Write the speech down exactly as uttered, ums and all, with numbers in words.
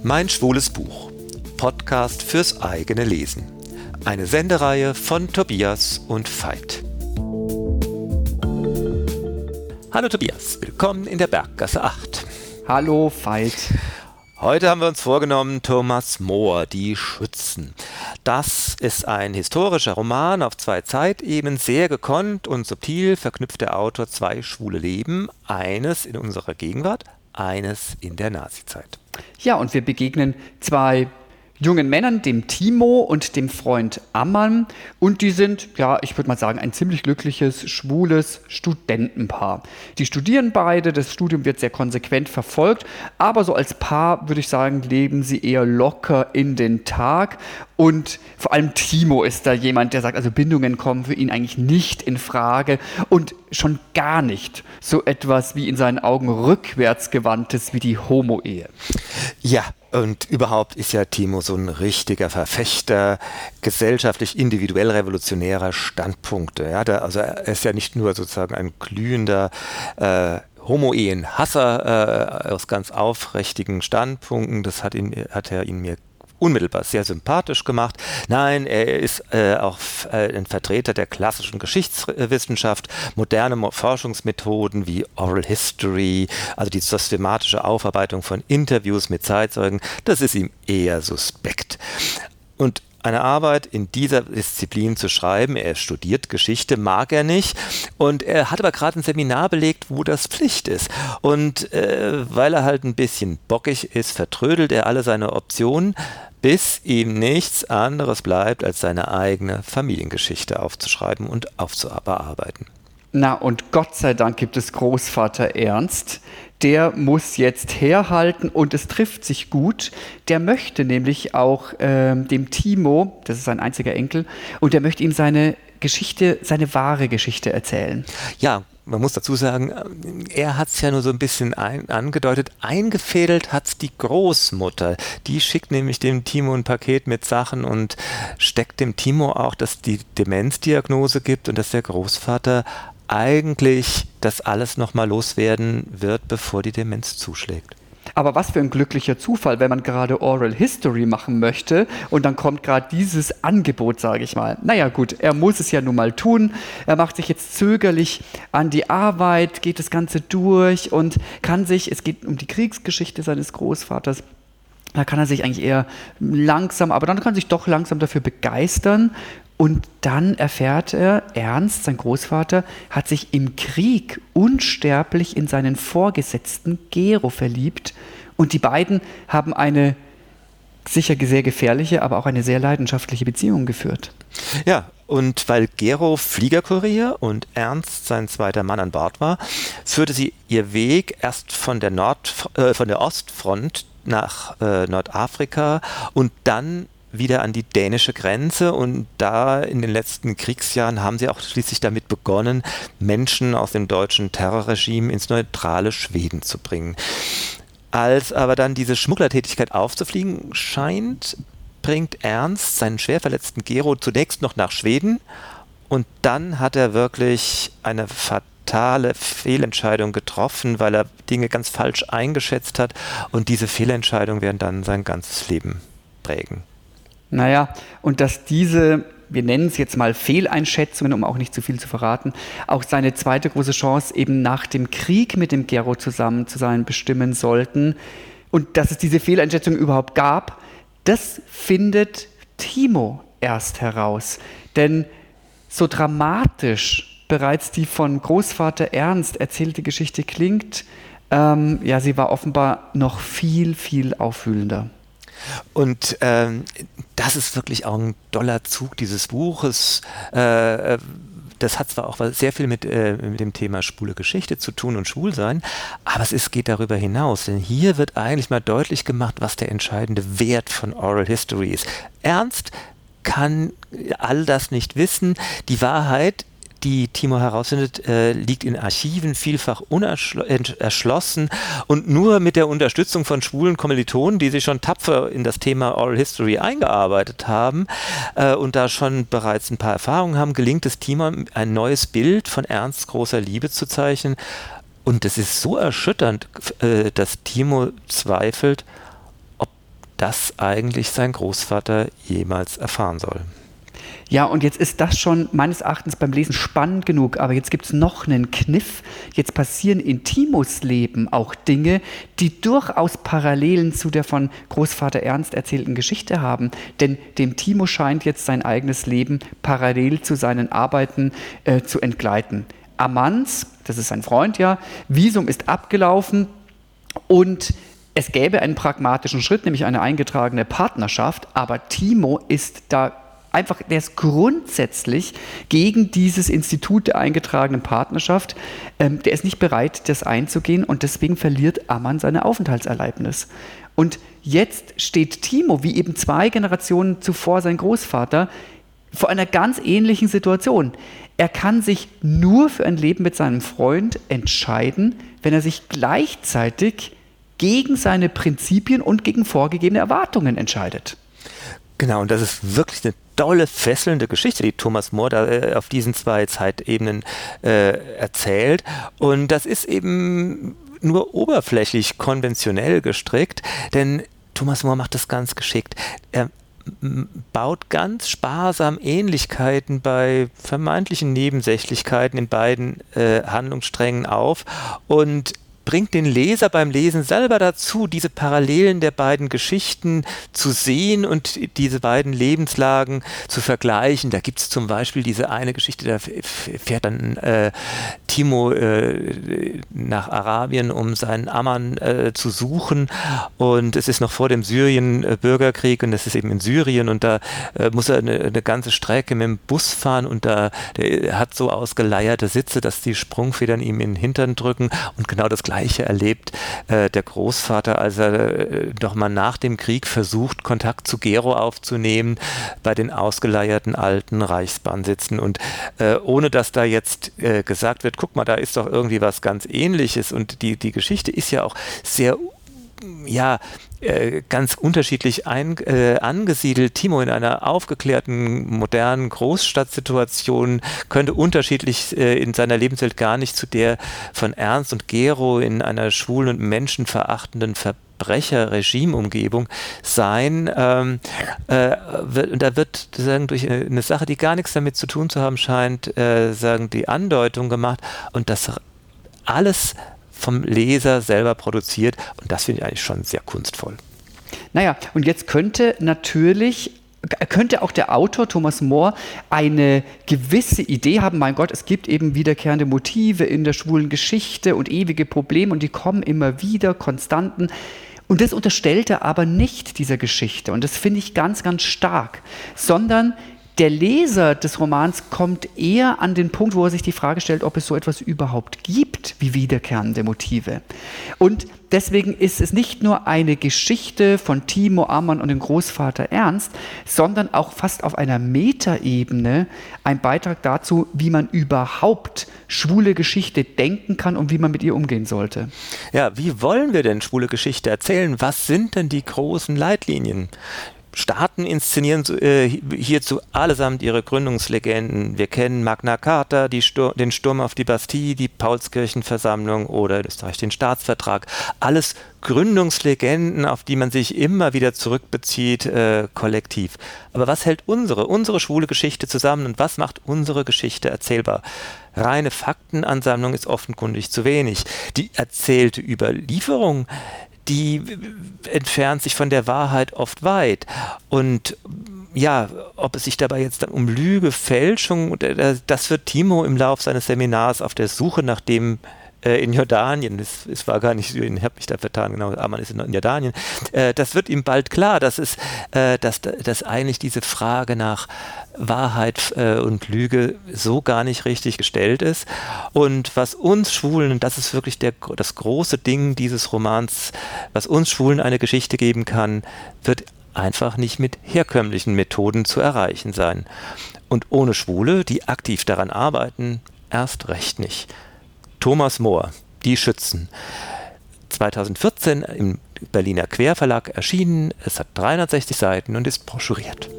Mein schwules Buch. Podcast fürs eigene Lesen. Eine Sendereihe von Tobias und Veit. Hallo Tobias, willkommen in der Berggasse acht. Hallo Veit. Heute haben wir uns vorgenommen, Thomas More, Die Schützen. Das ist ein historischer Roman auf zwei Zeitebenen. Sehr gekonnt und subtil verknüpft der Autor zwei schwule Leben. Eines in unserer Gegenwart, eines in der Nazizeit. Ja, und wir begegnen zwei jungen Männern, dem Timo und dem Freund Ammann. Und die sind, ja, ich würde mal sagen, ein ziemlich glückliches, schwules Studentenpaar. Die studieren beide, das Studium wird sehr konsequent verfolgt, aber so als Paar, würde ich sagen, leben sie eher locker in den Tag. Und vor allem Timo ist da jemand, der sagt, also Bindungen kommen für ihn eigentlich nicht in Frage und schon gar nicht so etwas wie in seinen Augen rückwärtsgewandtes wie die Homo-Ehe. Ja, und überhaupt ist ja Timo so ein richtiger Verfechter gesellschaftlich individuell revolutionärer Standpunkte. Ja, der, also er ist ja nicht nur sozusagen ein glühender äh, Homo-Ehen-Hasser äh, aus ganz aufrichtigen Standpunkten. Das hat, ihn, hat er ihn mir unmittelbar sehr sympathisch gemacht. Nein, er ist äh, auch äh, ein Vertreter der klassischen Geschichtswissenschaft, moderne Mo- Forschungsmethoden wie Oral History, also die systematische Aufarbeitung von Interviews mit Zeitzeugen, das ist ihm eher suspekt. Und eine Arbeit in dieser Disziplin zu schreiben, er studiert Geschichte, mag er nicht und er hat aber gerade ein Seminar belegt, wo das Pflicht ist und äh, weil er halt ein bisschen bockig ist, vertrödelt er alle seine Optionen, bis ihm nichts anderes bleibt, als seine eigene Familiengeschichte aufzuschreiben und aufzubearbeiten. Na, und Gott sei Dank gibt es Großvater Ernst. Der muss jetzt herhalten und es trifft sich gut. Der möchte nämlich auch ähm, dem Timo, das ist sein einziger Enkel, und der möchte ihm seine Geschichte, seine wahre Geschichte erzählen. Ja, man muss dazu sagen, er hat es ja nur so ein bisschen ein, angedeutet, eingefädelt hat es die Großmutter. Die schickt nämlich dem Timo ein Paket mit Sachen und steckt dem Timo auch, dass die Demenzdiagnose gibt und dass der Großvater eigentlich das alles nochmal loswerden wird, bevor die Demenz zuschlägt. Aber was für ein glücklicher Zufall, wenn man gerade Oral History machen möchte und dann kommt gerade dieses Angebot, sage ich mal. Naja gut, er muss es ja nun mal tun. Er macht sich jetzt zögerlich an die Arbeit, geht das Ganze durch und kann sich, es geht um die Kriegsgeschichte seines Großvaters, da kann er sich eigentlich eher langsam, aber dann kann er sich doch langsam dafür begeistern. Und dann erfährt er, Ernst, sein Großvater, hat sich im Krieg unsterblich in seinen Vorgesetzten Gero verliebt. Und die beiden haben eine sicher sehr gefährliche, aber auch eine sehr leidenschaftliche Beziehung geführt. Ja, und weil Gero Fliegerkurier und Ernst sein zweiter Mann an Bord war, führte sie ihr Weg erst von der, Nord, äh, von der Ostfront nach äh, Nordafrika und dann wieder an die dänische Grenze und da in den letzten Kriegsjahren haben sie auch schließlich damit begonnen, Menschen aus dem deutschen Terrorregime ins neutrale Schweden zu bringen. Als aber dann diese Schmugglertätigkeit aufzufliegen scheint, bringt Ernst seinen schwer verletzten Gero zunächst noch nach Schweden und dann hat er wirklich eine fatale Fehlentscheidung getroffen, weil er Dinge ganz falsch eingeschätzt hat und diese Fehlentscheidung werden dann sein ganzes Leben prägen. Naja, und dass diese, wir nennen es jetzt mal Fehleinschätzungen, um auch nicht zu viel zu verraten, auch seine zweite große Chance eben nach dem Krieg mit dem Gero zusammen zu sein bestimmen sollten. Und dass es diese Fehleinschätzung überhaupt gab, das findet Timo erst heraus. Denn so dramatisch bereits die von Großvater Ernst erzählte Geschichte klingt, ähm, ja, sie war offenbar noch viel, viel aufwühlender. Und ähm, das ist wirklich auch ein doller Zug dieses Buches. Äh, das hat zwar auch sehr viel mit, äh, mit dem Thema schwule Geschichte zu tun und Schwulsein, aber es ist, geht darüber hinaus. Denn hier wird eigentlich mal deutlich gemacht, was der entscheidende Wert von Oral History ist. Ernst kann all das nicht wissen. Die Wahrheit, die Timo herausfindet, äh, liegt in Archiven, vielfach unerschlossen und nur mit der Unterstützung von schwulen Kommilitonen, die sich schon tapfer in das Thema Oral History eingearbeitet haben äh, und da schon bereits ein paar Erfahrungen haben, gelingt es Timo, ein neues Bild von Ernsts großer Liebe zu zeichnen. Und es ist so erschütternd, äh, dass Timo zweifelt, ob das eigentlich sein Großvater jemals erfahren soll. Ja, und jetzt ist das schon meines Erachtens beim Lesen spannend genug, aber jetzt gibt es noch einen Kniff. Jetzt passieren in Timos Leben auch Dinge, die durchaus Parallelen zu der von Großvater Ernst erzählten Geschichte haben. Denn dem Timo scheint jetzt sein eigenes Leben parallel zu seinen Arbeiten äh, zu entgleiten. Amans, das ist sein Freund, ja, Visum ist abgelaufen und es gäbe einen pragmatischen Schritt, nämlich eine eingetragene Partnerschaft, aber Timo ist da einfach, der ist grundsätzlich gegen dieses Institut der eingetragenen Partnerschaft, ähm, der ist nicht bereit, das einzugehen und deswegen verliert Ammann seine Aufenthaltserlaubnis. Und jetzt steht Timo, wie eben zwei Generationen zuvor sein Großvater, vor einer ganz ähnlichen Situation. Er kann sich nur für ein Leben mit seinem Freund entscheiden, wenn er sich gleichzeitig gegen seine Prinzipien und gegen vorgegebene Erwartungen entscheidet. Genau, und das ist wirklich eine tolle, fesselnde Geschichte, die Thomas More da äh, auf diesen zwei Zeitebenen äh, erzählt. Und das ist eben nur oberflächlich konventionell gestrickt, denn Thomas More macht das ganz geschickt. Er baut ganz sparsam Ähnlichkeiten bei vermeintlichen Nebensächlichkeiten in beiden äh, Handlungssträngen auf und bringt den Leser beim Lesen selber dazu, diese Parallelen der beiden Geschichten zu sehen und diese beiden Lebenslagen zu vergleichen. Da gibt es zum Beispiel diese eine Geschichte, da fährt dann äh, Timo äh, nach Arabien, um seinen Ammann äh, zu suchen, und es ist noch vor dem Syrien-Bürgerkrieg und es ist eben in Syrien und da äh, muss er eine, eine ganze Strecke mit dem Bus fahren und da der hat so ausgeleierte Sitze, dass die Sprungfedern ihm in den Hintern drücken, und genau das Gleiche erlebt äh, der Großvater, als er äh, noch mal nach dem Krieg versucht, Kontakt zu Gero aufzunehmen, bei den ausgeleierten alten Reichsbahnsitzen, und äh, ohne dass da jetzt äh, gesagt wird, guck mal, da ist doch irgendwie was ganz Ähnliches, und die, die Geschichte ist ja auch sehr ja, äh, ganz unterschiedlich ein, äh, angesiedelt. Timo in einer aufgeklärten, modernen Großstadtsituation könnte unterschiedlich äh, in seiner Lebenswelt gar nicht zu der von Ernst und Gero in einer schwulen und menschenverachtenden Verbrecher-Regime-Umgebung sein. Ähm, äh, wird, da wird sagen, durch eine Sache, die gar nichts damit zu tun zu haben scheint, äh, sagen, die Andeutung gemacht, und das alles vom Leser selber produziert, und das finde ich eigentlich schon sehr kunstvoll. Naja, und jetzt könnte natürlich, könnte auch der Autor Thomas More eine gewisse Idee haben, mein Gott, es gibt eben wiederkehrende Motive in der schwulen Geschichte und ewige Probleme und die kommen immer wieder, Konstanten. Und das unterstellt er aber nicht dieser Geschichte, und das finde ich ganz, ganz stark, sondern der Leser des Romans kommt eher an den Punkt, wo er sich die Frage stellt, ob es so etwas überhaupt gibt wie wiederkehrende Motive. Und deswegen ist es nicht nur eine Geschichte von Timo, Ammann und dem Großvater Ernst, sondern auch fast auf einer Metaebene ein Beitrag dazu, wie man überhaupt schwule Geschichte denken kann und wie man mit ihr umgehen sollte. Ja, wie wollen wir denn schwule Geschichte erzählen? Was sind denn die großen Leitlinien? Staaten inszenieren äh, hierzu allesamt ihre Gründungslegenden. Wir kennen Magna Carta, die Stur- den Sturm auf die Bastille, die Paulskirchenversammlung oder in Österreich den Staatsvertrag. Alles Gründungslegenden, auf die man sich immer wieder zurückbezieht, äh, kollektiv. Aber was hält unsere, unsere schwule Geschichte zusammen, und was macht unsere Geschichte erzählbar? Reine Faktenansammlung ist offenkundig zu wenig. Die erzählte Überlieferung, die entfernt sich von der Wahrheit oft weit. Und ja, ob es sich dabei jetzt dann um Lüge, Fälschung, das wird Timo im Lauf seines Seminars auf der Suche nach dem äh, in Jordanien, es, es war gar nicht Syrien, ich habe mich da vertan, genau, Ammann ist in, in Jordanien, äh, das wird ihm bald klar, dass, es, äh, dass, dass eigentlich diese Frage nach Wahrheit äh, und Lüge so gar nicht richtig gestellt ist. Und was uns Schwulen, und das ist wirklich der, das große Ding dieses Romans, was uns Schwulen eine Geschichte geben kann, wird einfach nicht mit herkömmlichen Methoden zu erreichen sein. Und ohne Schwule, die aktiv daran arbeiten, erst recht nicht. Thomas More, Die Schützen. zweitausendvierzehn im Berliner Querverlag erschienen. Es hat dreihundertsechzig Seiten und ist broschuriert.